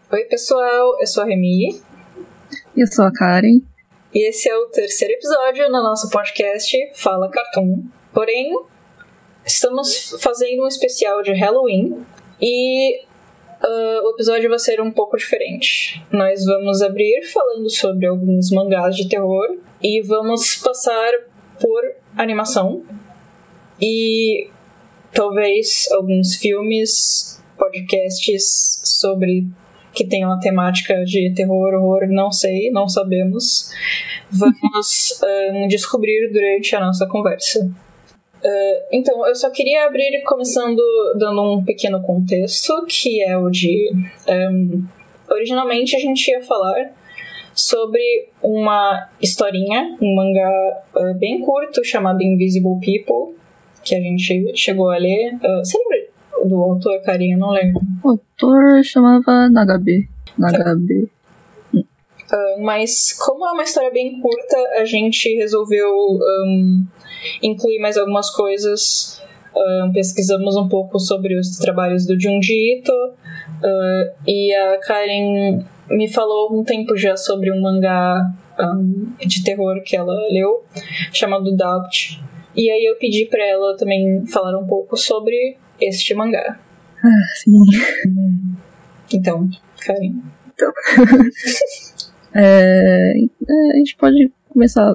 Oi pessoal, eu sou a Remy. Eu sou a Karen. E esse é o terceiro episódio no nosso podcast Fala Cartoon. Porém, estamos fazendo um especial de Halloween e o episódio vai ser um pouco diferente. Nós vamos abrir falando sobre alguns mangás de terror e vamos passar por animação e talvez alguns filmes, podcasts sobre que tenham a temática de terror, horror, não sei, não sabemos. Vamos descobrir durante a nossa conversa. Então, eu só queria abrir começando dando um pequeno contexto, que é o de... originalmente a gente ia falar sobre uma historinha, um mangá bem curto chamado Invisible People, que a gente chegou a ler. Você lembra do autor, Carinha? Não lembro. O autor chamava Nagabe. Mas como é uma história bem curta, a gente resolveu incluir mais algumas coisas. Pesquisamos um pouco sobre os trabalhos do Junji Ito, e a Karen me falou há algum tempo já sobre um mangá de terror que ela leu, chamado Doubt. E aí eu pedi pra ela também falar um pouco sobre este mangá. Sim. Então, Karen. Então, a gente pode começar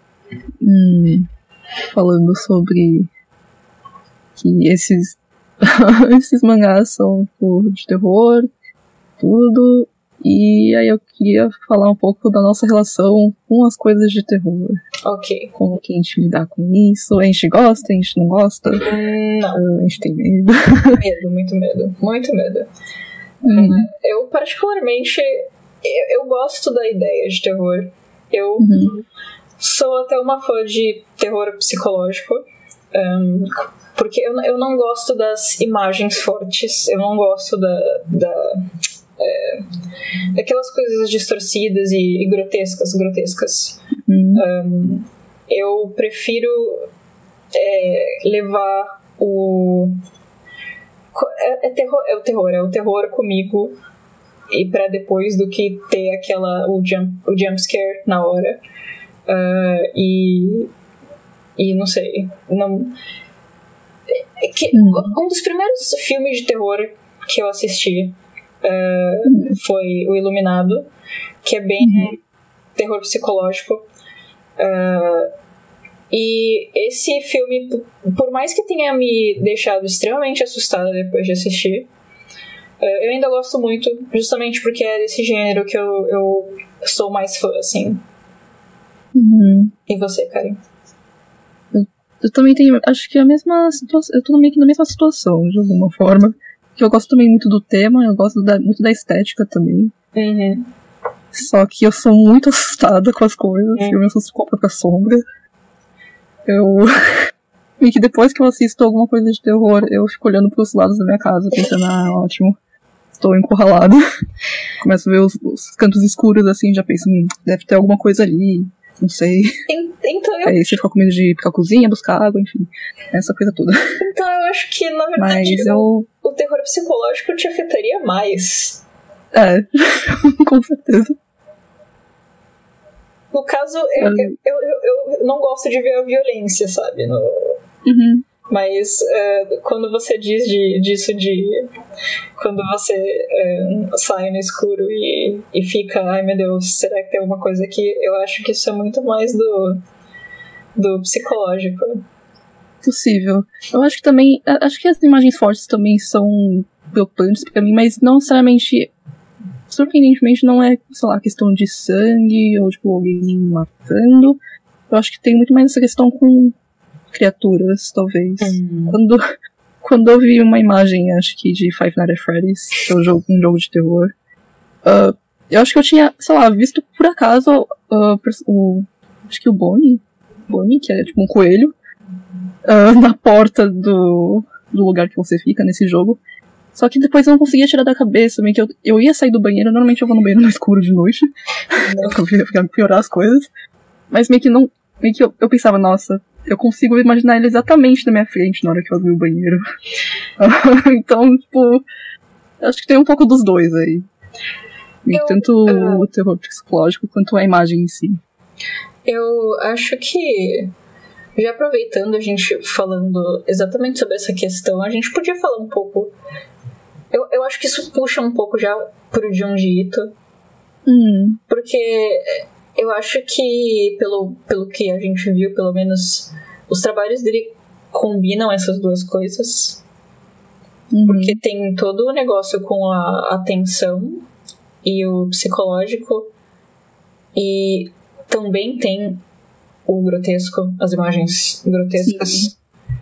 falando sobre que esses mangás são de terror, tudo. E aí eu queria falar um pouco da nossa relação com as coisas de terror. Ok. Como que a gente lidar com isso. A gente gosta, a gente não gosta. Não. A gente tem medo. Muito medo. Muito medo. Eu particularmente, eu gosto da ideia de terror. Eu sou até uma fã de terror psicológico. Porque eu não gosto das imagens fortes. Eu não gosto daquelas coisas distorcidas e grotescas. Eu prefiro levar o terror comigo e pra depois do que ter o jump scare na hora. E não sei, um dos primeiros filmes de terror que eu assisti foi O Iluminado, que é bem terror psicológico. E esse filme, por mais que tenha me deixado extremamente assustada depois de assistir, eu ainda gosto muito, justamente porque é desse gênero que eu sou mais fã, assim. E você, Karen? Eu também tenho, acho que a mesma situação, eu tô meio que na mesma situação, de alguma forma. Que eu gosto também muito do tema, eu gosto muito da estética também. Só que eu sou muito assustada com as coisas, eu me assusto com a própria sombra. E que depois que eu assisto alguma coisa de terror, eu fico olhando pros lados da minha casa, pensando, ótimo, estou encurralada. Começo a ver os cantos escuros assim, já penso, deve ter alguma coisa ali, não sei. Então Aí você fica com medo de ir pra cozinha, buscar água, enfim, essa coisa toda. Então eu acho que, na verdade, o terror psicológico te afetaria mais. Com certeza. No caso, eu não gosto de ver a violência, sabe? Mas quando você diz disso de... Quando você sai no escuro e fica... Ai, meu Deus, será que tem alguma coisa aqui? Eu acho que isso é muito mais do psicológico. Possível. Eu acho que também... Acho que as imagens fortes também são preocupantes pra mim, mas não necessariamente... Surpreendentemente não é, sei lá, questão de sangue ou, tipo, alguém matando. Eu acho que tem muito mais essa questão com criaturas, talvez. Quando eu vi uma imagem, acho que de Five Nights at Freddy's, que é um jogo de terror, eu acho que eu tinha, sei lá, visto por acaso acho que o Bonnie, que é tipo um coelho, na porta do lugar que você fica nesse jogo. Só que depois eu não conseguia tirar da cabeça, meio que eu ia sair do banheiro, normalmente eu vou no banheiro no escuro de noite, pra piorar as coisas, mas meio que eu pensava, nossa, eu consigo imaginar ele exatamente na minha frente na hora que eu abri o banheiro. Então, tipo, acho que tem um pouco dos dois aí. Tanto o terror psicológico quanto a imagem em si. Eu acho que, já aproveitando a gente falando exatamente sobre essa questão, a gente podia falar um pouco. Eu acho que isso puxa um pouco já pro Junji Ito. Porque eu acho que, pelo que a gente viu, pelo menos, os trabalhos dele combinam essas duas coisas. Porque tem todo o negócio com a atenção e o psicológico, e também tem o grotesco, as imagens grotescas.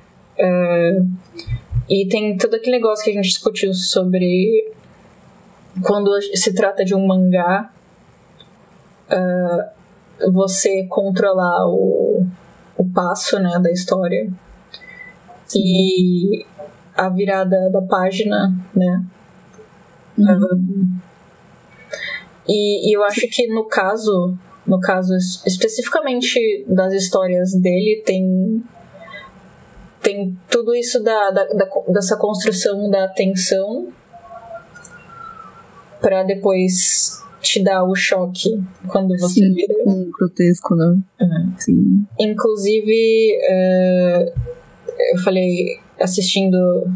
E tem todo aquele negócio que a gente discutiu sobre quando se trata de um mangá, você controlar o passo, né, da história. E a virada da página, né? E eu acho que no caso especificamente das histórias dele, tem tudo isso dessa construção da atenção para depois te dar o choque quando você vira. Um grotesco, né? Sim. Inclusive, eu falei, assistindo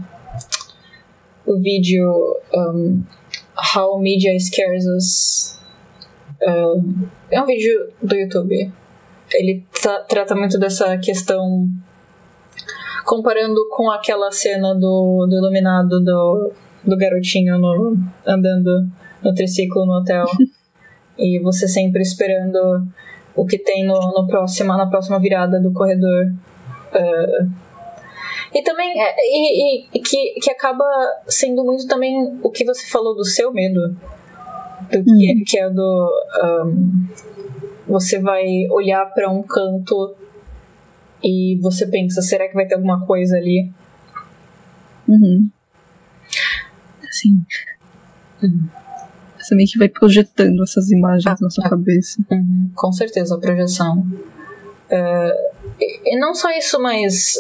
o vídeo How Media Scares Us. É um vídeo do YouTube. Ele trata muito dessa questão, comparando com aquela cena do iluminado do garotinho andando no triciclo no hotel. E você sempre esperando o que tem na próxima virada do corredor. E também que acaba sendo muito também o que você falou do seu medo, que é do você vai olhar para um canto e você pensa, será que vai ter alguma coisa ali? Sim. Você meio que vai projetando essas imagens na sua cabeça. Com certeza, a projeção. E não só isso, mas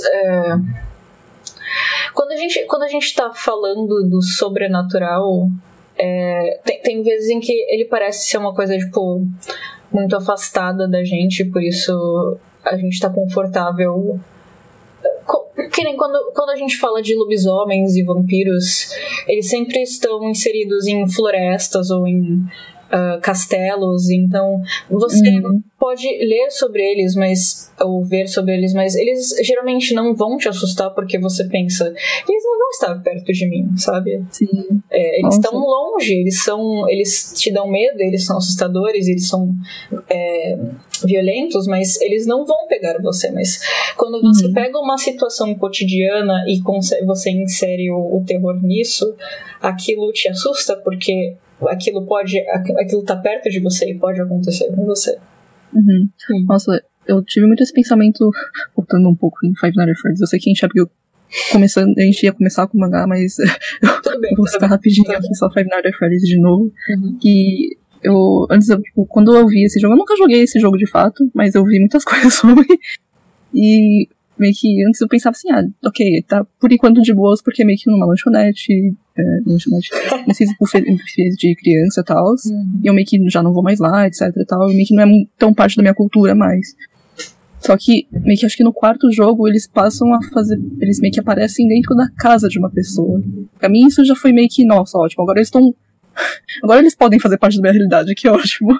quando a gente tá falando do sobrenatural, tem vezes em que ele parece ser uma coisa, tipo, muito afastada da gente, por isso a gente tá confortável. Que nem quando a gente fala de lobisomens e vampiros, eles sempre estão inseridos em florestas ou em castelos, então você pode ler sobre eles, ou ver sobre eles, mas eles geralmente não vão te assustar, porque você pensa, eles não vão estar perto de mim, sabe? Sim. Eles estão longe, eles te dão medo, eles são assustadores, eles são violentos, mas eles não vão pegar você. Mas quando você pega uma situação cotidiana e você insere o terror nisso, aquilo te assusta, porque aquilo tá perto de você e pode acontecer com você. Nossa, eu tive muito esse pensamento, voltando um pouco em Five Nights at Freddy's. Eu sei que a gente ia começar com o mangá, mas eu vou citar rapidinho aqui só Five Nights at Freddy's de novo. Que quando eu vi esse jogo, eu nunca joguei esse jogo de fato, mas eu vi muitas coisas sobre. E meio que antes eu pensava assim, ok, tá por enquanto de boas, porque meio que numa lanchonete, nesses buffets de criança e tal, e eu meio que já não vou mais lá, etc e tal, e meio que não é tão parte da minha cultura mais. Só que, meio que acho que no quarto jogo eles eles meio que aparecem dentro da casa de uma pessoa. Pra mim isso já foi meio que, nossa, ótimo, agora eles podem fazer parte da minha realidade, que ótimo.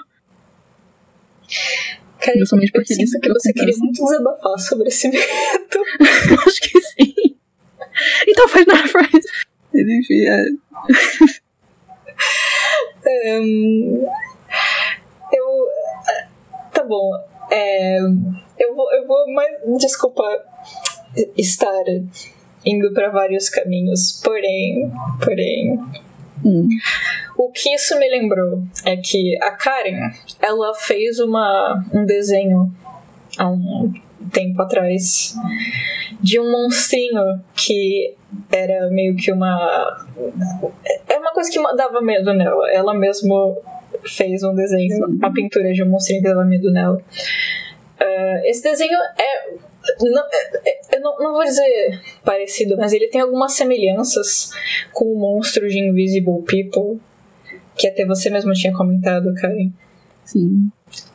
Cara, eu sinto que você queria muito desabafar sobre esse medo. Eu acho que sim. Então faz nada, Friends. Mas enfim, Tá bom. Eu vou mais... Desculpa estar indo pra vários caminhos. Porém... O que isso me lembrou é que a Karen, ela fez um desenho há um tempo atrás de um monstrinho que era meio que uma coisa que dava medo nela. Ela mesma fez um desenho, uma pintura de um monstrinho que dava medo nela. Esse desenho eu não vou dizer parecido, mas ele tem algumas semelhanças com o monstro de Invisible People. que até você mesmo tinha comentado, Karen. Sim.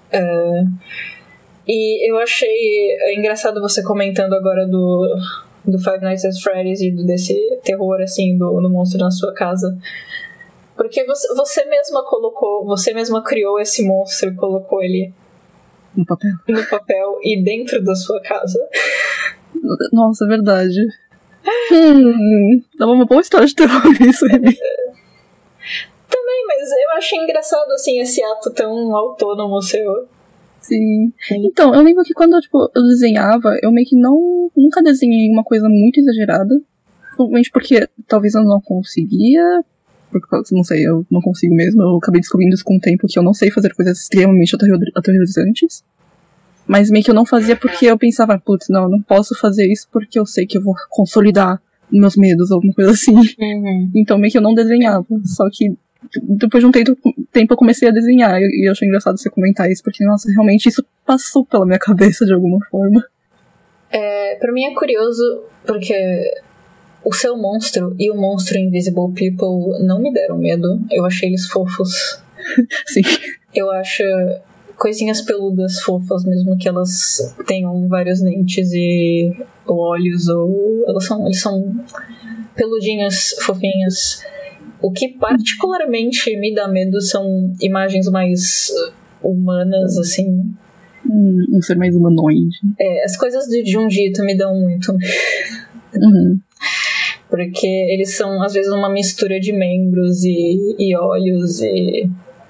E eu achei engraçado você comentando agora do Five Nights at Freddy's e desse terror, assim, do monstro na sua casa. Porque você mesma criou esse monstro e colocou ele No papel e dentro da sua casa. Nossa, é verdade. Dava uma boa história de terror isso aí. Também, mas eu achei engraçado, assim, esse ato tão autônomo seu. Sim. Então, eu lembro que quando eu desenhava, eu meio que nunca desenhei uma coisa muito exagerada. Provavelmente porque talvez eu não conseguia. Porque, não sei, eu não consigo mesmo. Eu acabei descobrindo isso com o tempo, que eu não sei fazer coisas extremamente aterrorizantes. Mas meio que eu não fazia porque eu pensava, putz, não posso fazer isso porque eu sei que eu vou consolidar meus medos, alguma coisa assim. Uhum. Então meio que eu não desenhava. Só que depois de um tempo eu comecei a desenhar. E eu achei engraçado você comentar isso, porque, nossa, realmente isso passou pela minha cabeça de alguma forma. Pra mim é curioso, porque o seu monstro e o monstro Invisible People não me deram medo. Eu achei eles fofos. Sim. Eu acho coisinhas peludas fofas, mesmo que elas tenham vários dentes e olhos, ou eles são peludinhas, fofinhas. O que particularmente me dá medo são imagens mais humanas, assim. Um ser mais humanoide. As coisas de Junjito me dão muito. Uhum. Porque eles são, às vezes, uma mistura de membros e olhos e...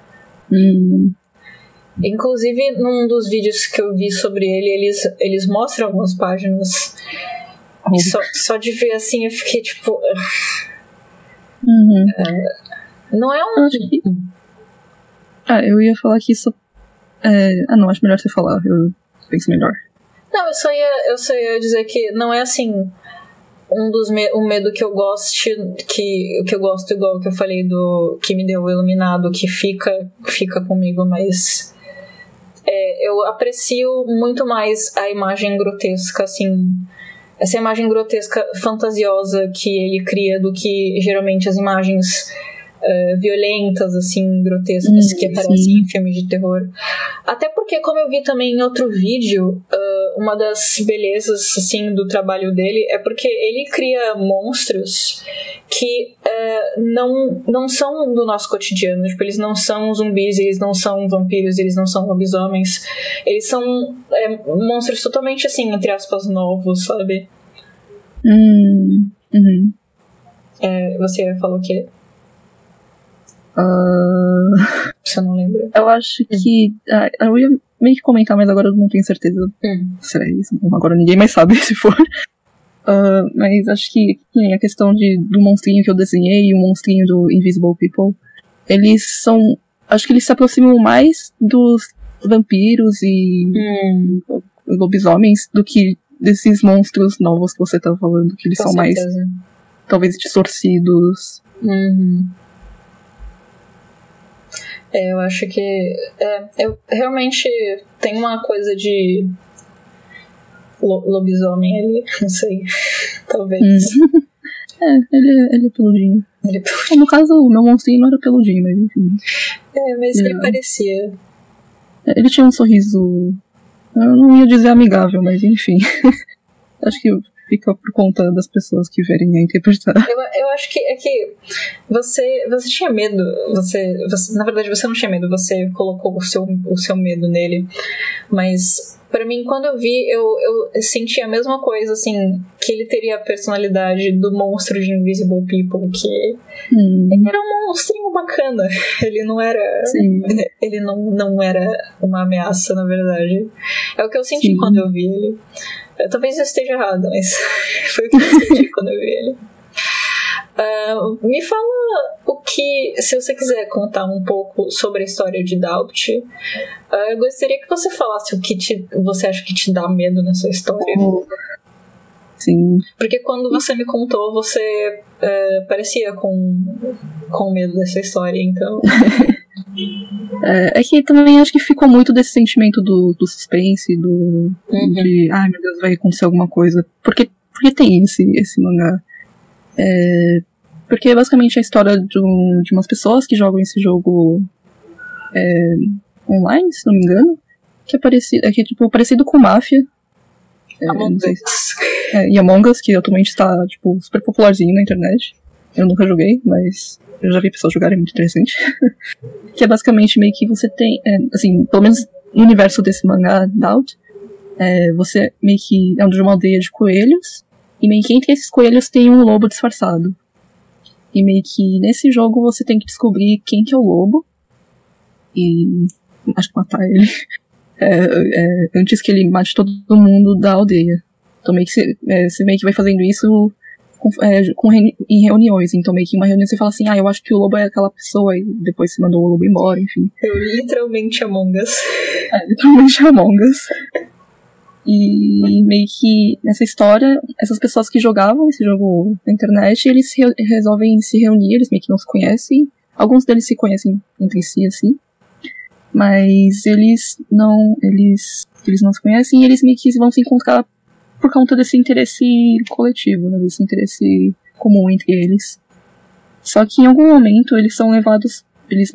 Inclusive, num dos vídeos que eu vi sobre ele, eles mostram algumas páginas. Só de ver assim, eu fiquei tipo... não é um... eu ia falar que isso... não, acho melhor você falar. Eu penso melhor. Não, eu só ia dizer que não é assim... um medo que eu gosto, que eu gosto, igual que eu falei do que me deu o Iluminado, que fica comigo, mas eu aprecio muito mais a imagem grotesca, assim, essa imagem grotesca fantasiosa que ele cria do que geralmente as imagens violentas, assim, grotescas que aparecem em filmes de terror. Até porque, como eu vi também em outro vídeo, uma das belezas, assim, do trabalho dele é porque ele cria monstros que não são do nosso cotidiano. Tipo, eles não são zumbis, eles não são vampiros, eles não são lobisomens. Eles são monstros totalmente, assim, entre aspas, novos, sabe? Você falou o quê? Você não lembra? Eu acho que... eu ia meio que comentar, mas agora eu não tenho certeza. Será isso? Bom, agora ninguém mais sabe se for. Mas acho que a questão do monstrinho que eu desenhei e o monstrinho do Invisible People, eles são... Acho que eles se aproximam mais dos vampiros e lobisomens do que desses monstros novos que você tá falando, que eles são mais, talvez, distorcidos. Eu acho que eu realmente tem uma coisa de lobisomem ali, não sei, talvez. Ele é peludinho. No caso, o meu monstrinho não era peludinho, mas enfim. Mas ele parecia. Ele tinha um sorriso, eu não ia dizer amigável, mas enfim. Acho que fica por conta das pessoas que verem a interpretar. Eu acho que você tinha medo. Na verdade, você não tinha medo, você colocou o seu medo nele. Mas, pra mim, quando eu vi, eu senti a mesma coisa, assim, que ele teria a personalidade do monstro de Invisible People, que ele era um monstrinho bacana. Ele não era... Sim. Ele não era uma ameaça, na verdade. É o que eu senti quando eu vi ele. Talvez eu esteja errada, mas foi o que eu senti quando eu vi ele. Me fala se você quiser contar um pouco sobre a história de Doubt, eu gostaria que você falasse o que você acha que te dá medo nessa história. Sim. Porque quando você me contou, você parecia com medo dessa história, então... É que também acho que ficou muito desse sentimento do suspense, de meu Deus, vai acontecer alguma coisa. Porque tem esse mangá. Porque é basicamente a história de umas pessoas que jogam esse jogo online, se não me engano, que é tipo, parecido com Máfia. Among Us. E Among Us, que atualmente está tipo, super popularzinho na internet. Eu nunca joguei, mas eu já vi pessoas jogarem, é muito interessante. Que é basicamente meio que você tem, assim, pelo menos no universo desse mangá, Doubt, você meio que é de uma aldeia de coelhos, e meio que entre esses coelhos tem um lobo disfarçado. E meio que nesse jogo você tem que descobrir quem que é o lobo, e acho que matar ele antes que ele mate todo mundo da aldeia. Então meio que você meio que vai fazendo isso em reuniões. Então meio que em uma reunião você fala assim, eu acho que o lobo é aquela pessoa, e depois você mandou o lobo embora, enfim. Eu literalmente Among Us. Literalmente Among Us. E meio que nessa história, essas pessoas que jogavam esse jogo na internet, eles resolvem se reunir, eles meio que não se conhecem. Alguns deles se conhecem entre si, assim. Mas eles não se conhecem, e eles meio que vão se encontrar por conta desse interesse coletivo, né, desse interesse comum entre eles. Só que em algum momento eles são levados, eles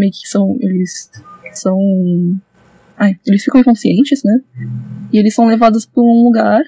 ficam inconscientes, né, e eles são levados para um lugar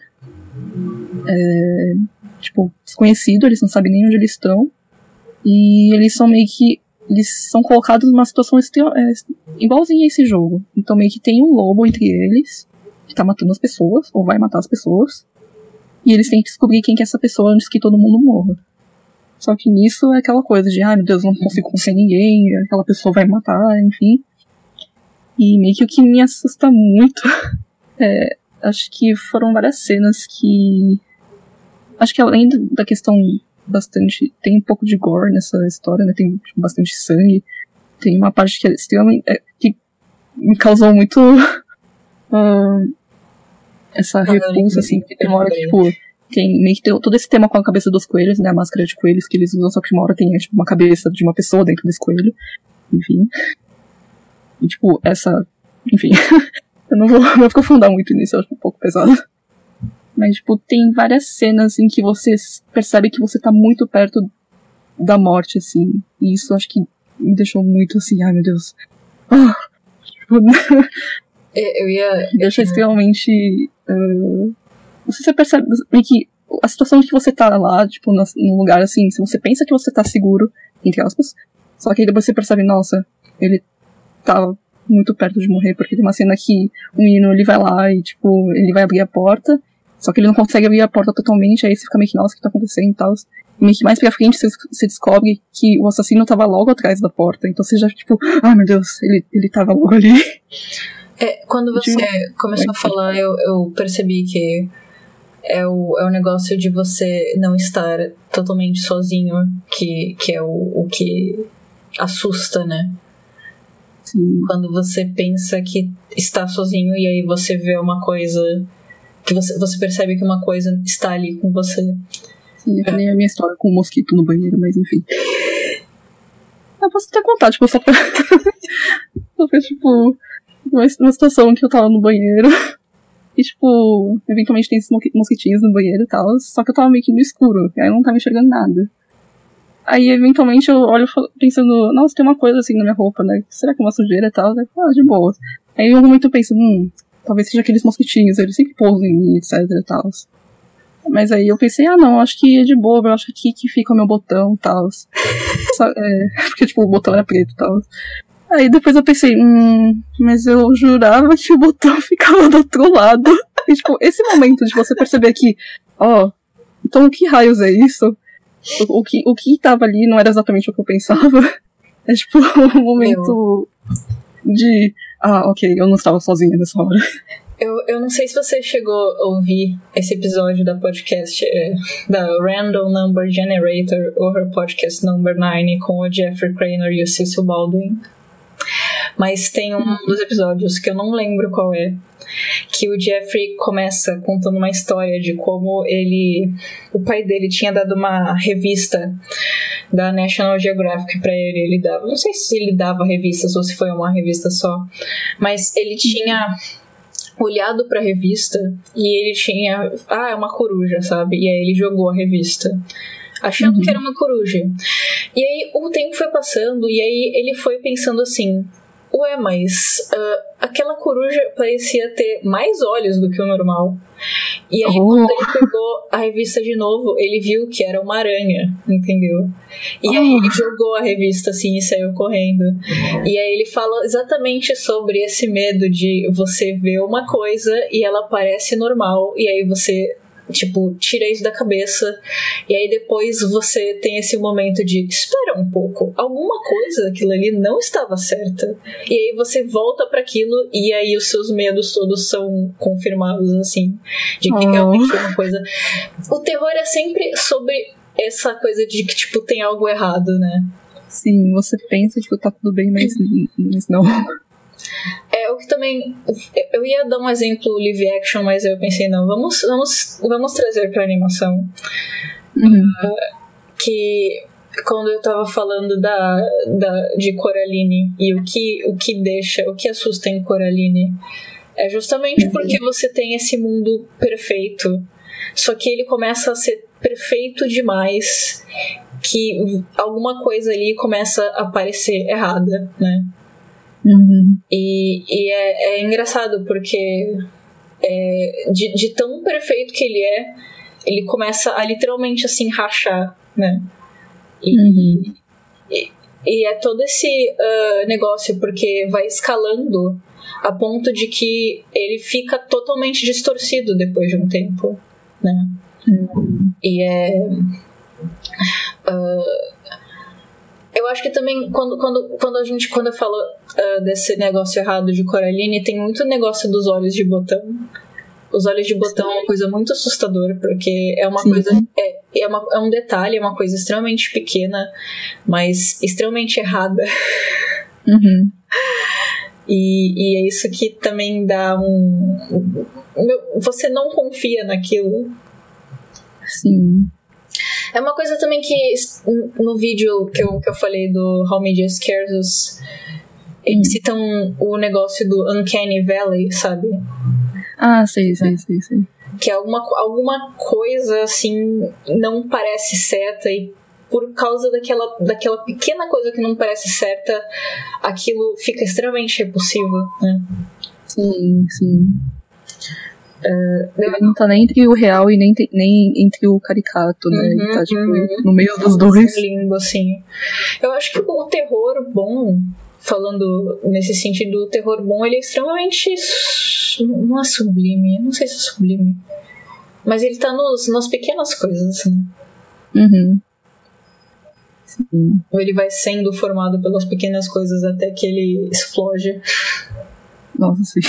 tipo, desconhecido, eles não sabem nem onde eles estão, e eles são colocados numa situação igualzinha a esse jogo. Então meio que tem um lobo entre eles, que tá matando as pessoas, ou vai matar as pessoas, e eles têm que descobrir quem que é essa pessoa antes que todo mundo morra. Só que nisso é aquela coisa de, meu Deus, não consigo confiar em ninguém, aquela pessoa vai me matar, enfim. E meio que o que me assusta muito, acho que foram várias cenas que... Acho que além da questão bastante... Tem um pouco de gore nessa história, né? Tem tipo, bastante sangue. Tem uma parte que é extremamente... que me causou muito... essa repulsa, assim, que tem uma hora que, tipo, tem meio que todo esse tema com a cabeça dos coelhos, né, a máscara de coelhos que eles usam, só que uma hora tem, tipo, uma cabeça de uma pessoa dentro desse coelho, enfim. E, tipo, enfim, eu não vou me aprofundar muito nisso, eu acho um pouco pesado. Mas, tipo, tem várias cenas em que você percebe que você tá muito perto da morte, assim, e isso acho que me deixou muito, assim, ai, meu Deus. Deixa extremamente... você percebe que a situação que você tá lá, tipo, num lugar assim, se você pensa que você tá seguro, entre aspas, só que aí depois você percebe, nossa, ele tá muito perto de morrer, porque tem uma cena que o menino, ele vai lá e, tipo, ele vai abrir a porta, só que ele não consegue abrir a porta totalmente, aí você fica meio que, nossa, o que tá acontecendo e tal. E meio que mais pra frente você descobre que o assassino tava logo atrás da porta, então você já, tipo, meu Deus, ele tava logo ali. Quando você começou a falar, eu percebi que é o negócio de você não estar totalmente sozinho, que é o que assusta, né? Sim. Quando você pensa que está sozinho e aí você vê uma coisa, que você percebe que uma coisa está ali com você. Sim, é que nem a minha história com o mosquito no banheiro, mas enfim. Eu posso até contar, tipo, só foi, tipo... uma situação que eu tava no banheiro e, tipo, eventualmente tem esses mosquitinhos no banheiro e tal, só que eu tava meio que no escuro, aí eu não tava enxergando nada. Aí, eventualmente, eu olho pensando, nossa, tem uma coisa assim na minha roupa, né? Será que é uma sujeira e tal? De boa. Aí, em algum momento eu penso, talvez seja aqueles mosquitinhos, eles sempre pousam em mim, etc e tal. Mas aí eu pensei, não, acho que é de boa, eu acho que aqui que fica o meu botão e tal. Porque, tipo, o botão era preto e tal. Aí depois eu pensei, mas eu jurava que o botão ficava do outro lado. E, tipo, esse momento de você perceber que, então o que raios é isso? O que tava ali não era exatamente o que eu pensava. É, tipo, um momento de, ok, eu não estava sozinha nessa hora. Eu não sei se você chegou a ouvir esse episódio da podcast da Random Number Generator, ou her podcast number 9, com o Jeffrey Cranor e o Cecil Baldwin. Mas tem um dos episódios que eu não lembro qual é, que o Jeffrey começa contando uma história de como o pai dele tinha dado uma revista da National Geographic pra ele dava, não sei se ele dava revistas ou se foi uma revista só, mas ele tinha olhado pra revista e ele tinha, é uma coruja, sabe? E aí ele jogou a revista. achando que era uma coruja. E aí o tempo foi passando, e aí ele foi pensando assim, ué, mas aquela coruja parecia ter mais olhos do que o normal. E aí quando ele pegou a revista de novo, ele viu que era uma aranha, entendeu? E aí ele jogou a revista assim e saiu correndo. E aí ele fala exatamente sobre esse medo de você ver uma coisa e ela parece normal, e aí você tipo, tira isso da cabeça, e aí depois você tem esse momento de espera um pouco, alguma coisa daquilo ali não estava certa, e aí você volta para aquilo, e aí os seus medos todos são confirmados, assim, de que realmente é uma coisa. O terror é sempre sobre essa coisa de que, tipo, tem algo errado, né? Sim, você pensa, tipo, tá tudo bem, mas não. É, o que também... Eu ia dar um exemplo live action, mas eu pensei, não, vamos trazer pra animação. Que quando eu tava falando de Coraline e o que assusta em Coraline é justamente porque você tem esse mundo perfeito, só que ele começa a ser perfeito demais, que alguma coisa ali começa a parecer errada, né? E é engraçado porque de tão perfeito que ele começa a literalmente assim rachar, né? E é todo esse negócio porque vai escalando a ponto de que ele fica totalmente distorcido depois de um tempo, né? E eu acho que também quando eu falo desse negócio errado de Coraline, tem muito negócio dos olhos de botão. Os olhos de botão é uma coisa muito assustadora, porque é uma coisa. É um detalhe, é uma coisa extremamente pequena, mas extremamente errada. E é isso que também dá você não confia naquilo. Sim. É uma coisa também que no vídeo que eu falei do How Media Scares Us, eles citam o negócio do Uncanny Valley, sabe? Ah, sei. Que alguma coisa assim não parece certa, e por causa daquela pequena coisa que não parece certa, aquilo fica extremamente repulsivo, né? Sim. Ele não tá nem entre o real e nem entre o caricato, né? Ele tá, tipo, no meio dos dois. Limbo, assim. Eu acho que o terror bom, falando nesse sentido, o terror bom, ele é extremamente... Não é sublime, não sei se é sublime, mas ele tá nas pequenas coisas, né? Sim. Ele vai sendo formado pelas pequenas coisas até que ele explode. Nossa, sim.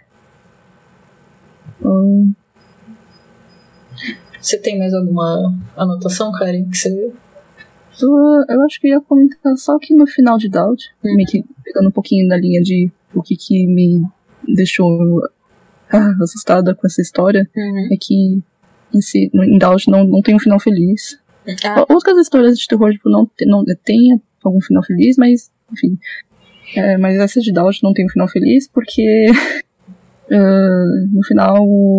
Você tem mais alguma anotação, Karen, que você... Eu acho que eu ia comentar só que no final de Doubt, meio que pegando um pouquinho na linha de o que me deixou assustada com essa história, é que em Doubt não tem um final feliz. Outras histórias de terror tipo, não tem algum final feliz, mas enfim. Mas essa de Doubt não tem um final feliz porque no final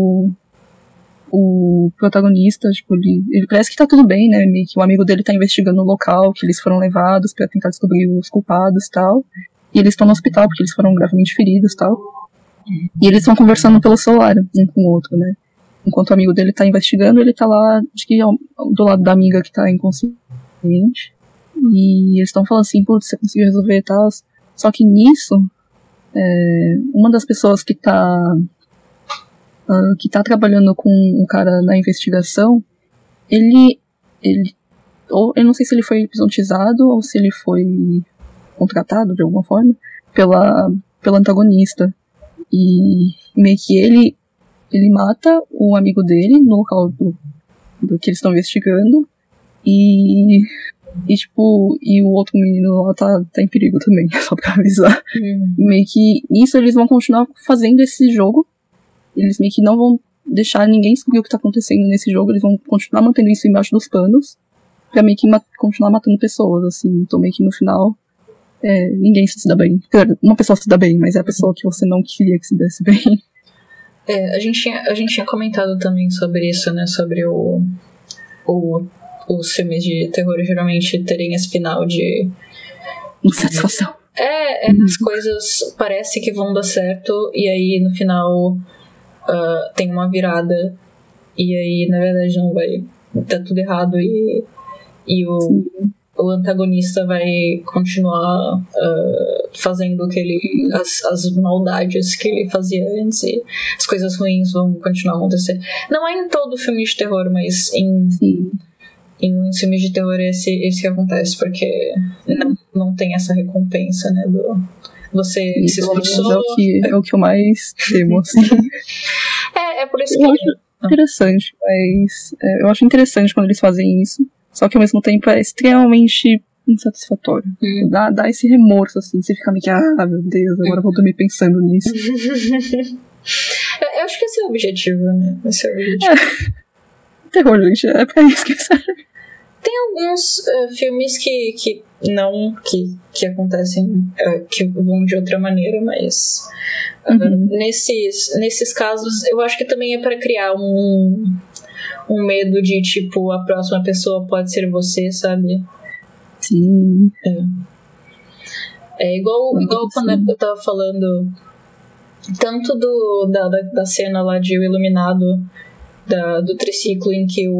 o protagonista, tipo, ele parece que tá tudo bem, né? Meio que o amigo dele tá investigando o local que eles foram levados pra tentar descobrir os culpados e tal. E eles estão no hospital porque eles foram gravemente feridos e tal. E eles estão conversando pelo celular, um com o outro, né? Enquanto o amigo dele tá investigando, ele tá lá, acho que do lado da amiga que tá inconsciente. E eles estão falando assim, putz, você conseguiu resolver e tal. Só que nisso, uma das pessoas que tá trabalhando com o cara na investigação, ele ou eu não sei se ele foi hipnotizado ou se ele foi contratado de alguma forma pela antagonista, e meio que ele mata o amigo dele no local do que eles estão investigando, e o outro menino lá tá em perigo também, só pra avisar. E meio que nisso eles vão continuar fazendo esse jogo. Eles meio que não vão deixar ninguém descobrir o que tá acontecendo nesse jogo. Eles vão continuar mantendo isso embaixo dos panos pra meio que continuar matando pessoas, assim. Então meio que no final ninguém se dá bem. Uma pessoa se dá bem, mas é a pessoa que você não queria que se desse bem. A gente tinha comentado também sobre isso, né? Sobre os filmes de terror geralmente terem esse final de insatisfação. As coisas parece que vão dar certo e aí no final tem uma virada e aí na verdade não vai dar tudo errado e o antagonista vai continuar fazendo as maldades que ele fazia antes e as coisas ruins vão continuar a acontecer. Não é em todo filme de terror, mas em filmes de terror esse que acontece, porque não tem essa recompensa, né, do você se esforçou. É o que eu mais temo, assim. É por isso que eu acho interessante, mas eu acho interessante quando eles fazem isso, só que ao mesmo tempo é extremamente insatisfatório. Dá esse remorso, assim, você fica meio que, meu Deus, agora eu vou dormir pensando nisso. Eu acho que esse é o objetivo, né? Esse é o objetivo. Terror, gente, é pra isso que serve. Tem alguns filmes que acontecem, que vão de outra maneira, mas nesses casos eu acho que também é pra criar um medo de, tipo, a próxima pessoa pode ser você, sabe? Sim. É igual quando eu tava falando tanto da cena lá de O Iluminado, do triciclo, em que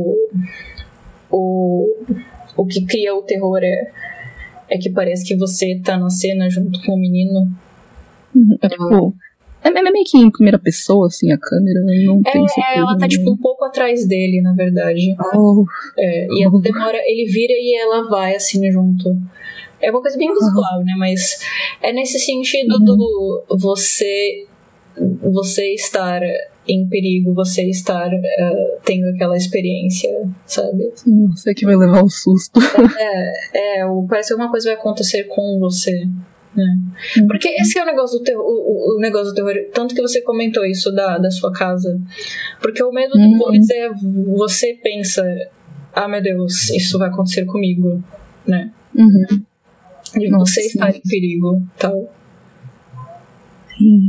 o que cria o terror é que parece que você tá na cena junto com o menino. Tipo, é meio que em primeira pessoa, assim, a câmera, não tem certeza. Ela tá, tipo, um pouco atrás dele, na verdade. E ela demora, ele vira e ela vai, assim, junto. É uma coisa bem visual, né? Mas é nesse sentido do você estar em perigo, você estar tendo aquela experiência, sabe? Sim, você que vai levar o susto. Parece que alguma coisa vai acontecer com você, né? Porque esse é o negócio do terror, o negócio do terror, tanto que você comentou isso da sua casa, porque o medo depois é você pensa, meu Deus, isso vai acontecer comigo, né? E você estar em perigo, tal. Sim.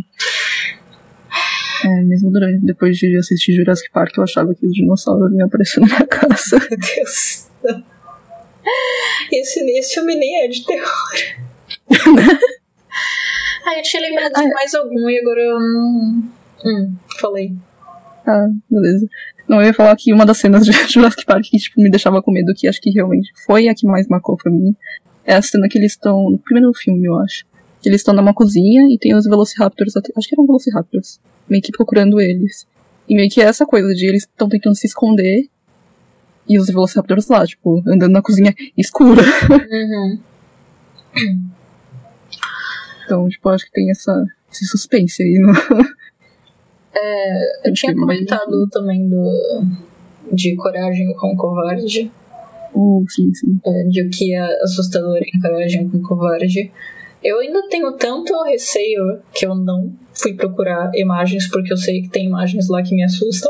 Mesmo depois de assistir Jurassic Park, eu achava que os dinossauros iam aparecer na minha casa. Meu Deus. Esse filme nem é de terror. Eu tinha lembrado de mais algum e agora eu não... falei. Beleza. Não, eu ia falar que uma das cenas de Jurassic Park que, tipo, me deixava com medo, que acho que realmente foi a que mais marcou pra mim, é a cena que eles estão, no primeiro filme, eu acho, que eles estão numa cozinha e tem os Velociraptors, acho que eram Velociraptors, meio que procurando eles. E meio que é essa coisa de eles estão tentando se esconder e os Velociraptors lá, tipo, andando na cozinha escura. Então, tipo, acho que tem esse suspense aí no... eu tinha comentado também de Coragem com o Covarde. Sim. De o que é assustador em Coragem com o Covarde. Eu ainda tenho tanto receio que eu não fui procurar imagens, porque eu sei que tem imagens lá que me assustam.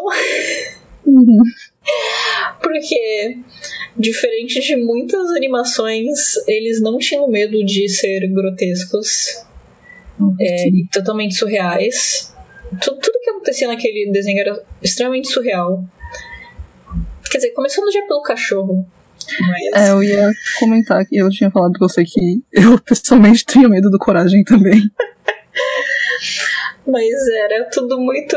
Porque, diferente de muitas animações, eles não tinham medo de ser grotescos e totalmente surreais. Tudo que acontecia naquele desenho era extremamente surreal. Quer dizer, começando já pelo cachorro. Mas... eu ia comentar que eu tinha falado com você que eu pessoalmente tinha medo do Coragem também. Mas era tudo muito...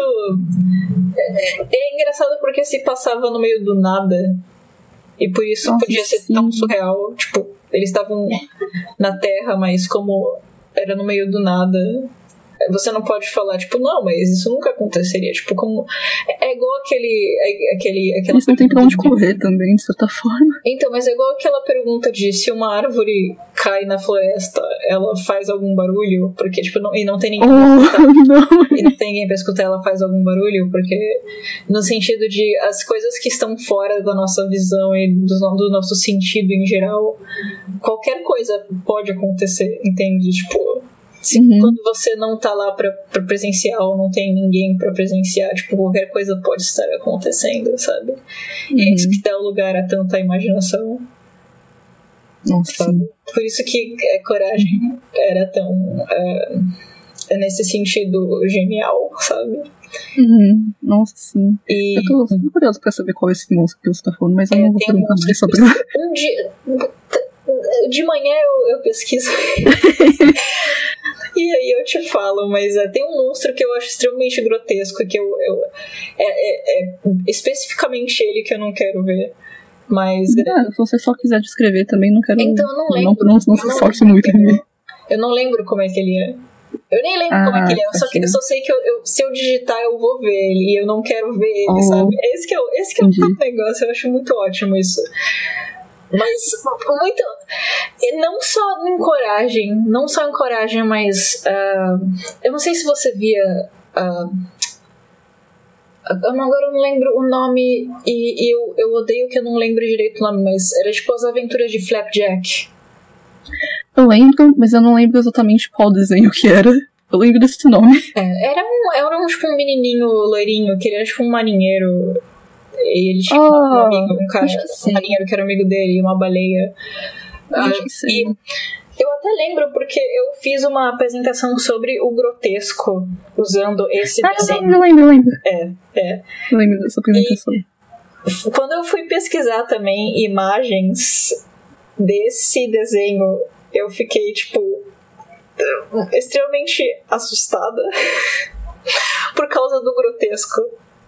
É engraçado porque se passava no meio do nada e por isso podia ser tão surreal. Tipo, eles estavam na Terra, mas como era no meio do nada, você não pode falar, tipo, não, mas isso nunca aconteceria. Tipo, como... É igual aquela eles não tem pra onde correr também, de certa forma. Então, mas é igual aquela pergunta de se uma árvore cai na floresta, ela faz algum barulho? Porque, tipo, e não tem ninguém pra escutar. E não tem ninguém pra escutar, ela faz algum barulho? Porque, no sentido de as coisas que estão fora da nossa visão e do nosso sentido em geral, qualquer coisa pode acontecer, entende? Tipo... Quando você não tá lá pra presenciar ou não tem ninguém pra presenciar, tipo, qualquer coisa pode estar acontecendo, sabe? E é isso que dá lugar a tanta imaginação. Sabe? Por isso que Coragem era tão nesse sentido genial, sabe? Nossa, sim. E eu tô curiosa pra saber qual é esse monstro que você tá falando, mas eu não vou perguntar mais sobre. Um dia... De manhã eu pesquiso. E aí eu te falo, mas tem um monstro que eu acho extremamente grotesco, que é especificamente ele que eu não quero ver. Mas... se você só quiser descrever também, não quero... Então eu não lembro. Não se force muito em ver. Eu não lembro como é que ele é. Eu nem lembro como é que ele é. Eu só sei que se eu digitar eu vou ver ele. E eu não quero ver ele, sabe? Esse que é o negócio. Eu acho muito ótimo isso. Mas muito... Não só em coragem, mas... eu não sei se você via... agora eu não lembro o nome. E eu odeio que eu não lembro direito o nome. Mas era tipo As Aventuras de Flapjack. Eu lembro, mas eu não lembro exatamente qual desenho que era. Eu lembro desse nome. Era tipo um menininho loirinho, que ele era tipo um marinheiro. E ele tinha um amigo, um marinheiro que era amigo dele, e uma baleia. Acho que sim. E eu até lembro porque eu fiz uma apresentação sobre o grotesco usando esse desenho. Eu lembro. Eu lembro dessa apresentação. E quando eu fui pesquisar também imagens desse desenho, eu fiquei, tipo, extremamente assustada por causa do grotesco.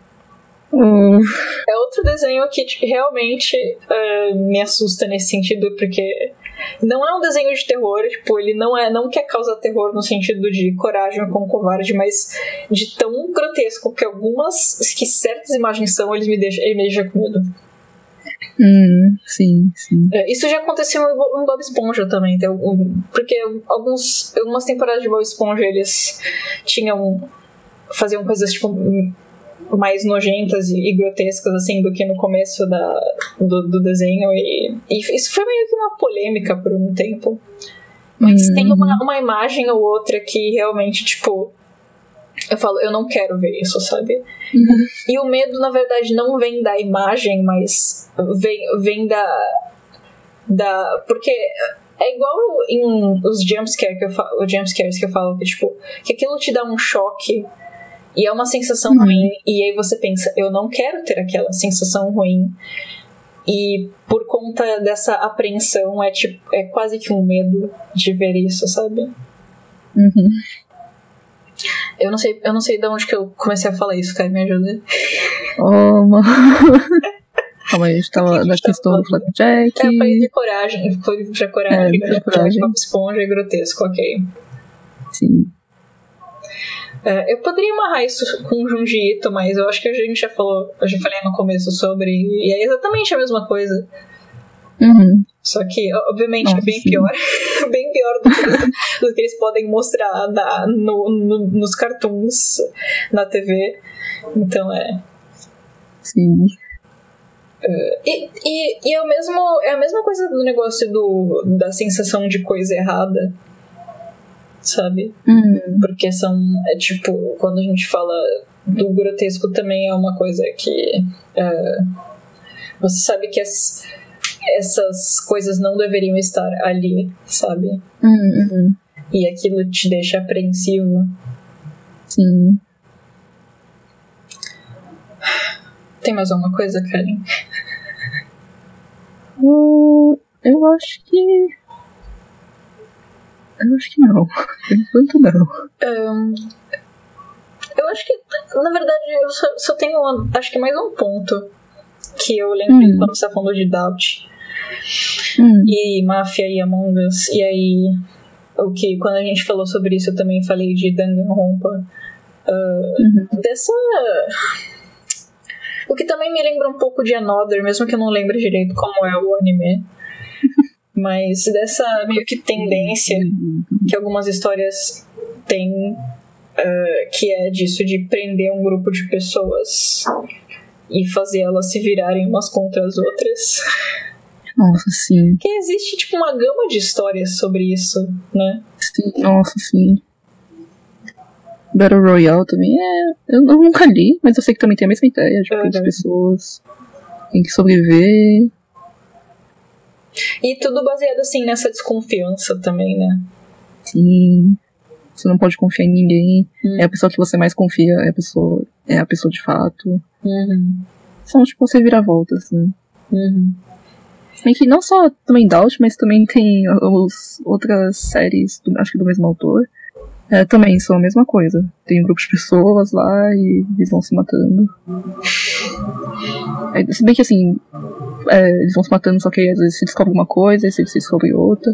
É outro desenho que realmente me assusta nesse sentido, porque não é um desenho de terror, tipo, ele não quer causar terror no sentido de coragem com covarde, mas de tão grotesco que que certas imagens são, ele me deixa com medo. Sim. Isso já aconteceu em Bob Esponja também, porque algumas temporadas de Bob Esponja eles faziam coisas tipo mais nojentas e grotescas assim do que no começo do desenho, e isso foi meio que uma polêmica por um tempo, mas tem uma imagem ou outra que realmente, tipo, eu falo, eu não quero ver isso, sabe? E o medo, na verdade, não vem da imagem, mas vem da porque é igual em os jumpscares que eu falo, que tipo, que aquilo te dá um choque e é uma sensação ruim, e aí você pensa, eu não quero ter aquela sensação ruim, e por conta dessa apreensão é quase que um medo de ver isso, sabe? Eu não sei de onde que eu comecei a falar isso, cara, me ajuda. Mano. Calma aí, a gente tava na questão do Flapjack. Eu falei de coragem, foi pra coragem, Bob Esponja e grotesco, ok. Sim. Eu poderia amarrar isso com o Junji Ito, mas eu acho que a gente já falei no começo sobre, e é exatamente a mesma coisa. Só que, obviamente, é bem pior. Bem pior do que eles podem mostrar nos cartoons na TV. Então Sim. E é a mesma coisa do negócio da sensação de coisa errada, sabe? Porque tipo, quando a gente fala do grotesco também é uma coisa que você sabe que essas coisas não deveriam estar ali, sabe? E aquilo te deixa apreensivo. Sim. Tem mais alguma coisa, Karen? Eu acho que não. Por enquanto não. Eu acho que, na verdade, eu só tenho acho que mais um ponto que eu lembro quando você tá falando de Doubt e Máfia e Among Us. E aí, quando a gente falou sobre isso, eu também falei de Danganronpa. O que também me lembra um pouco de Another, mesmo que eu não lembre direito como é o anime. Mas dessa meio que tendência que algumas histórias têm, que é disso, de prender um grupo de pessoas e fazer elas se virarem umas contra as outras. Nossa, sim. Que existe tipo uma gama de histórias sobre isso, né? Sim, nossa, sim. Battle Royale também eu nunca li, mas eu sei que também tem a mesma ideia, tipo, as pessoas têm que sobreviver. E tudo baseado assim nessa desconfiança também, né? Sim. você não pode confiar em ninguém. É a pessoa que você mais confia, é a pessoa de fato. São, tipo, você vira voltas, né? Bem que não só também Doubt, mas também tem outras séries, acho que do mesmo autor. Também são a mesma coisa. Tem um grupo de pessoas lá e eles vão se matando. Se bem que assim, eles vão se matando, só que às vezes se descobre uma coisa, às vezes se descobre outra.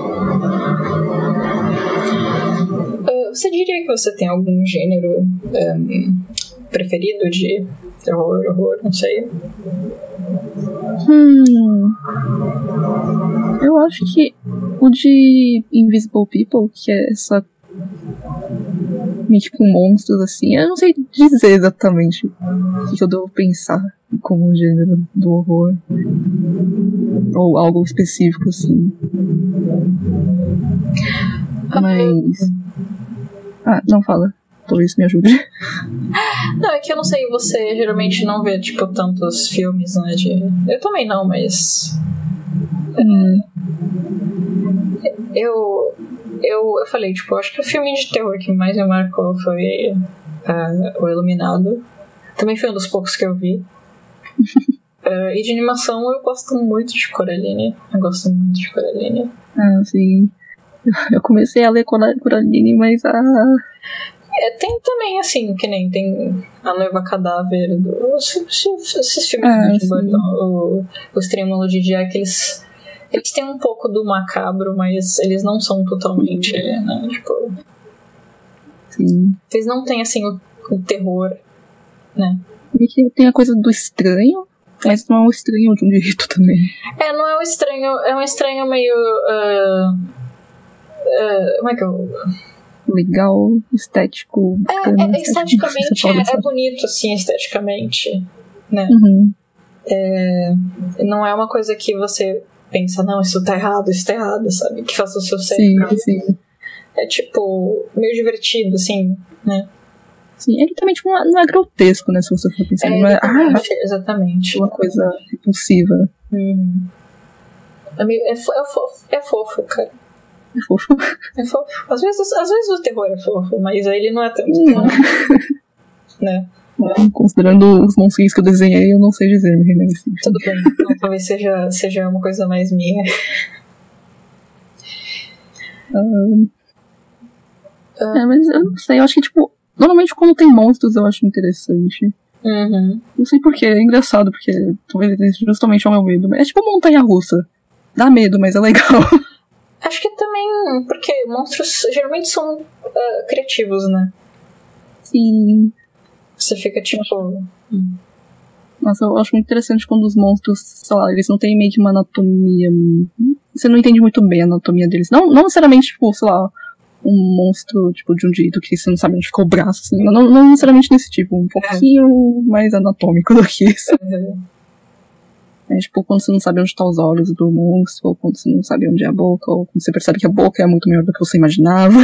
Você diria que você tem algum gênero preferido de terror, horror, não sei? Eu acho que o de Invisible People, que é essa meio com monstros assim, eu não sei dizer exatamente o que eu devo pensar como um gênero do horror ou algo específico assim. Mas não fala, talvez isso me ajude. Não, é que eu não sei, você geralmente não vê tipo tantos filmes, né, eu também não, mas eu falei, tipo, acho que o filme de terror que mais me marcou foi O Iluminado. Também foi um dos poucos que eu vi. E de animação eu gosto muito de Coraline. Sim. Eu comecei a ler Coraline, mas tem também, assim, que nem tem A Noiva Cadáver, esses filmes do Burton, o Extremo de Jack, eles têm um pouco do macabro, mas eles não são totalmente, né, tipo... Sim. Eles não têm, assim, o terror, né? E que tem a coisa do estranho, mas não é um estranho de um jeito também. Não é um estranho, é um estranho meio... como é que eu... Legal, estético. Esteticamente é bonito, assim, esteticamente, né? Não é uma coisa que você pensa, não, isso tá errado, sabe? Que faça o seu cérebro. Sim. É tipo, meio divertido, assim, né? Sim, ele também tipo, não é grotesco, né? Se você for pensar. Não é, exatamente. Uma coisa repulsiva. É fofo, cara. É fofo. É fofo. Às vezes o terror é fofo, mas ele não é tanto. Né? Considerando os monstros que eu desenhei, eu não sei dizer, mas enfim. Tudo bem, então, talvez seja uma coisa mais minha. Mas eu não sei, eu acho que tipo, normalmente quando tem monstros eu acho interessante. Não sei porquê, é engraçado, porque talvez justamente é o meu medo. É tipo montanha-russa. Dá medo, mas é legal. Acho que também, porque monstros geralmente são criativos, né? Sim. Você fica tipo... Nossa, eu acho muito interessante quando os monstros, sei lá, eles não têm meio que uma anatomia... Você não entende muito bem a anatomia deles. Não necessariamente, tipo, sei lá, um monstro, tipo, de um jeito que você não sabe onde ficou o braço, assim. Não necessariamente desse tipo, um pouquinho mais anatômico do que isso. É tipo quando você não sabe onde tá os olhos do monstro, ou quando você não sabe onde é a boca, ou quando você percebe que a boca é muito maior do que você imaginava.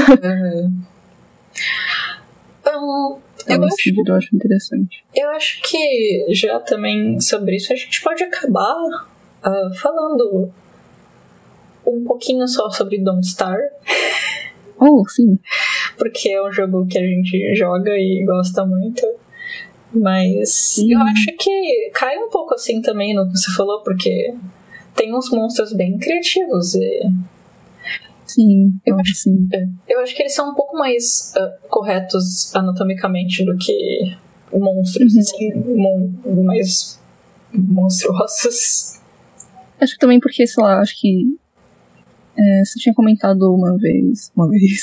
Eu acho interessante. Eu acho que já também sobre isso a gente pode acabar falando um pouquinho só sobre Don't Starve. Oh, sim. Porque é um jogo que a gente joga e gosta muito. Mas eu acho que cai um pouco assim também no que você falou, porque tem uns monstros bem criativos. Sim, eu acho que eles são um pouco mais corretos anatomicamente do que monstros assim, mais monstruosos. Acho que também porque, sei lá, acho que você tinha comentado uma vez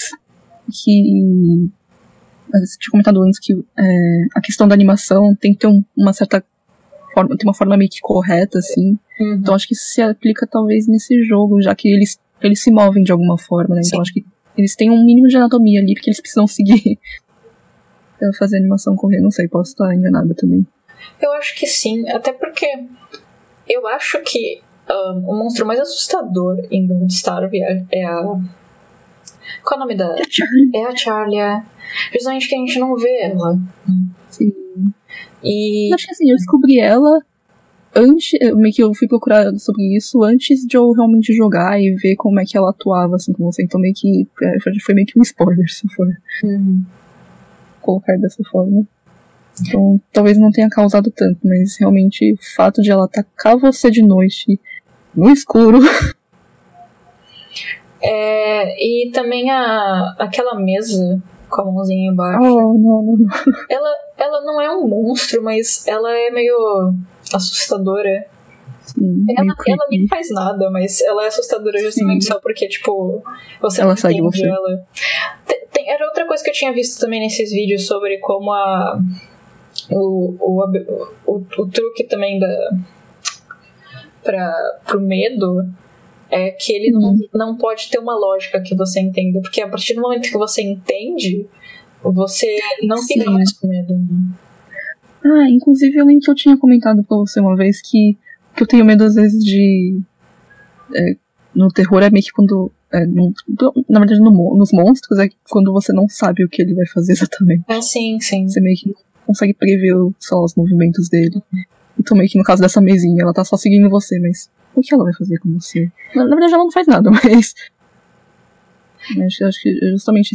que você tinha comentado antes que a questão da animação tem que ter uma certa forma, tem uma forma meio que correta, assim. Então acho que isso se aplica talvez nesse jogo, já que eles se movem de alguma forma, né? Então acho que eles têm um mínimo de anatomia ali, porque eles precisam seguir pra fazer a animação correr. Não sei, posso estar enganada também. Eu acho que sim, até porque eu acho que o monstro mais assustador em Don't Starve é a... Qual é o nome da... É a Charlie. Justamente que a gente não vê ela. Sim. E... Acho que assim, eu descobri ela meio que eu fui procurar sobre isso antes de eu realmente jogar e ver como é que ela atuava, assim, com você. Então meio que foi meio que um spoiler, se for colocar dessa forma. Então talvez não tenha causado tanto, mas realmente o fato de ela atacar você de noite, no escuro... E também aquela mesa com a mãozinha embaixo. Não. Ela não é um monstro, mas ela é meio assustadora. Sim, ela nem faz nada, mas ela é assustadora justamente só porque, tipo, você ela não entende você. ela. Era outra coisa que eu tinha visto também nesses vídeos sobre como o truque também pro medo é que ele não pode ter uma lógica que você entenda, porque a partir do momento que você entende, você não fica mais com medo, né? Inclusive eu lembro que eu tinha comentado pra você uma vez que eu tenho medo às vezes de... no terror é meio que quando... na verdade nos monstros é quando você não sabe o que ele vai fazer exatamente. Sim. Você meio que não consegue prever só os movimentos dele. Então meio que no caso dessa mesinha, ela tá só seguindo você, mas o que ela vai fazer com você? Na verdade ela não faz nada, mas eu acho que justamente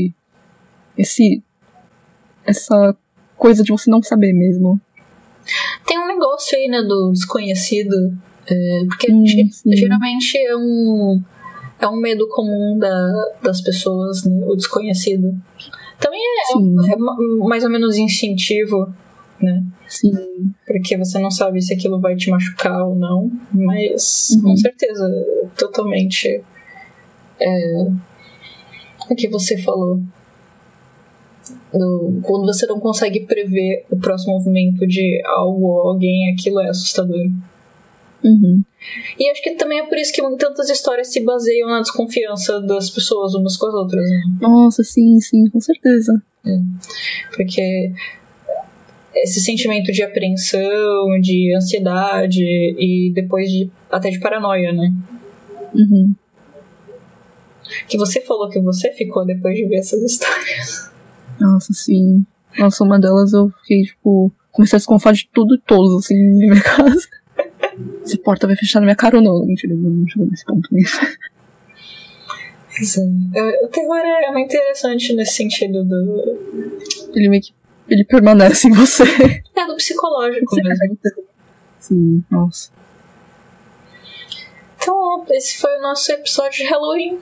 essa coisa de você não saber mesmo. Tem um negócio aí, né, do desconhecido, porque geralmente é um medo comum das pessoas, né, o desconhecido. Também é mais ou menos instintivo, né? Sim. Porque você não sabe se aquilo vai te machucar ou não, mas com certeza, totalmente o que você falou. Quando você não consegue prever o próximo movimento de algo ou alguém, aquilo é assustador. E acho que também é por isso que tantas histórias se baseiam na desconfiança das pessoas umas com as outras, né? Nossa, sim, com certeza. Porque esse sentimento de apreensão, de ansiedade e depois até de paranoia, né? Que você falou que você ficou depois de ver essas histórias. Nossa, sim. Nossa, uma delas eu fiquei, tipo... Comecei a desconfiar de tudo e todos, assim, na minha casa. Essa porta vai fechar na minha cara ou não? Mentira, não chegou nesse ponto mesmo. O terror é muito interessante nesse sentido Ele meio que... Ele permanece em você. É do psicológico mesmo. Sim, nossa. Então, esse foi o nosso episódio de Halloween.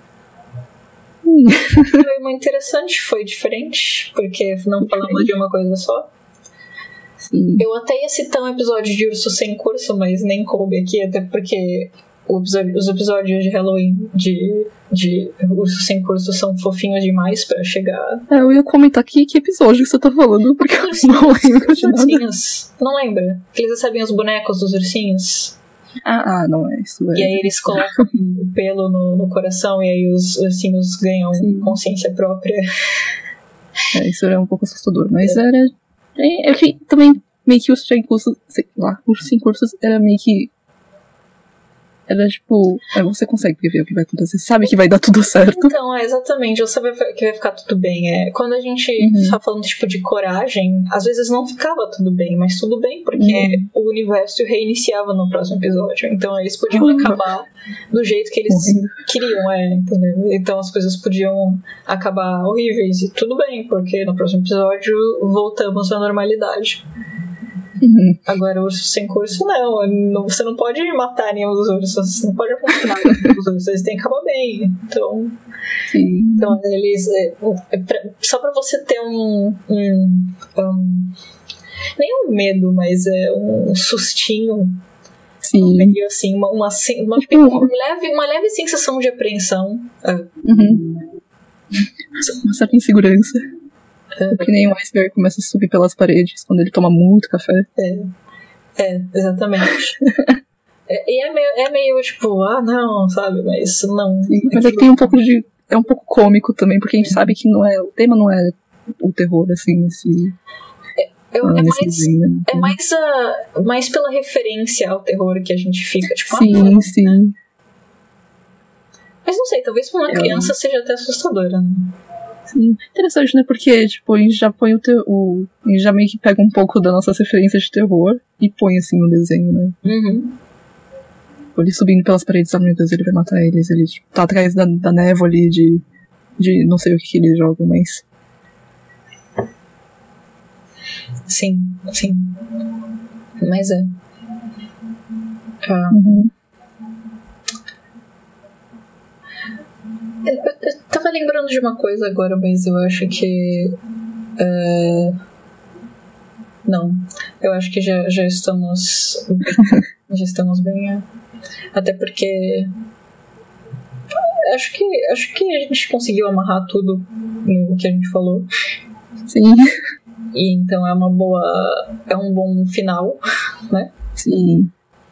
Foi muito interessante, foi diferente, porque não falamos de uma coisa só. Sim. Eu até ia citar um episódio de Urso Sem Curso, mas nem coube aqui, até porque os episódios de Halloween de Urso Sem Curso são fofinhos demais pra chegar. Eu ia comentar aqui que episódio que você tá falando, porque eu não lembro de nada. Não lembra? Que eles recebem os bonecos dos ursinhos. Não é isso. E aí eles colocam o pelo no coração e aí os ursinhos ganham consciência própria. Isso era um pouco assustador, mas era... Eu achei também meio que Urso Sem Curso, sei lá, Urso Sem Cursos era meio que... Era tipo, você consegue prever o que vai acontecer, sabe que vai dar tudo certo. Então, exatamente, você sabe que vai ficar tudo bem. Quando a gente tá falando tipo de coragem, às vezes não ficava tudo bem, mas tudo bem, porque o universo reiniciava no próximo episódio. Então eles podiam acabar do jeito que eles queriam, entendeu? Então as coisas podiam acabar horríveis e tudo bem, porque no próximo episódio voltamos à normalidade. Agora, o Urso Sem Curso, não. Você não pode matar nenhum dos ursos. Você não pode acontecer com os ursos. Eles têm que acabar bem. Então, eles... só pra você ter nem um medo, mas um sustinho. Sim. Meio assim, uma leve sensação de apreensão. Uma certa insegurança. Que nem o iceberg começa a subir pelas paredes quando ele toma muito café. Exatamente. E é meio tipo, não, sabe? Mas não. Sim, mas é que tem um pouco de... É um pouco cômico também, porque a gente sabe que o tema não é o terror, assim, nesse... mais pela referência ao terror que a gente fica, tipo... Sim. Mas não sei, talvez pra uma criança seja até assustadora, né? Sim. Interessante, né? Porque, tipo, a gente já põe a gente já meio que pega um pouco das nossas referências de terror e põe, assim, no desenho, né? Uhum. Ele subindo pelas paredes, meu Deus, ele vai matar eles. Ele, tipo, tá atrás da névoa ali de não sei o que eles jogam, mas... Sim. Mas é. Uhum. Eu tava lembrando de uma coisa agora, mas eu acho que... Não. Eu acho que já estamos... já estamos bem... Até porque... Acho que a gente conseguiu amarrar tudo no que a gente falou. Sim. E então é um bom final, né? Sim.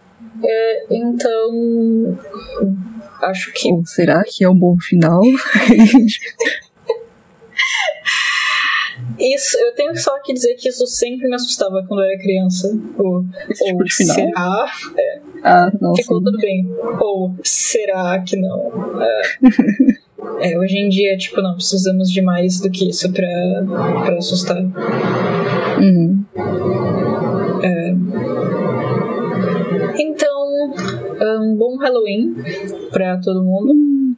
Então, acho que... Ou será que é um bom final? Isso, eu tenho só que dizer que isso sempre me assustava quando eu era criança. Esse tipo de final? Será? Não, ficou sim. tudo bem. Ou será que não? Hoje em dia, tipo, não precisamos de mais do que isso pra assustar. Uhum. Então, um bom Halloween pra todo mundo.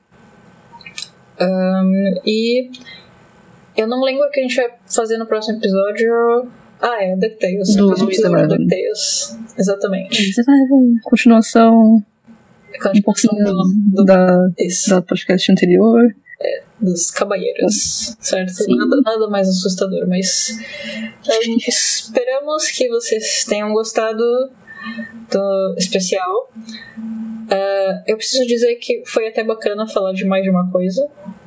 E eu não lembro o que a gente vai fazer no próximo episódio. DuckTales. Do DuckTales. Exatamente. Continuação um pouquinho da podcast anterior. Dos caballeiros, certo? Nada mais assustador, mas esperamos que vocês tenham gostado do especial. Eu preciso dizer que foi até bacana falar de mais de uma coisa.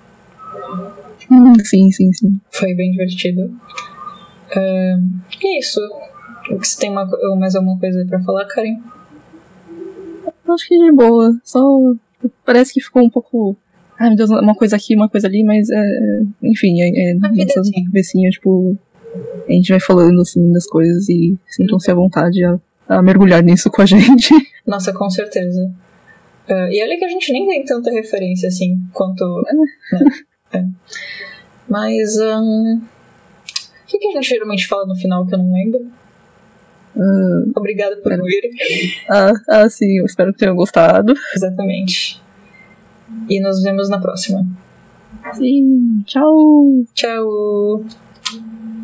Sim. Foi bem divertido. E é isso. Você tem mais alguma coisa pra falar, Karen? Acho que de boa. Só parece que ficou um pouco... Ai, meu Deus, uma coisa aqui, uma coisa ali, mas enfim, nossas cabecinhas, tipo, a gente vai falando, assim, das coisas e sintam-se à vontade a mergulhar nisso com a gente. Nossa, com certeza. E olha que a gente nem tem tanta referência, assim, quanto... Né? Mas, o que a gente geralmente fala no final que eu não lembro? Obrigada por ouvir. Sim, eu espero que tenham gostado. Exatamente. E nos vemos na próxima. Sim, tchau! Tchau!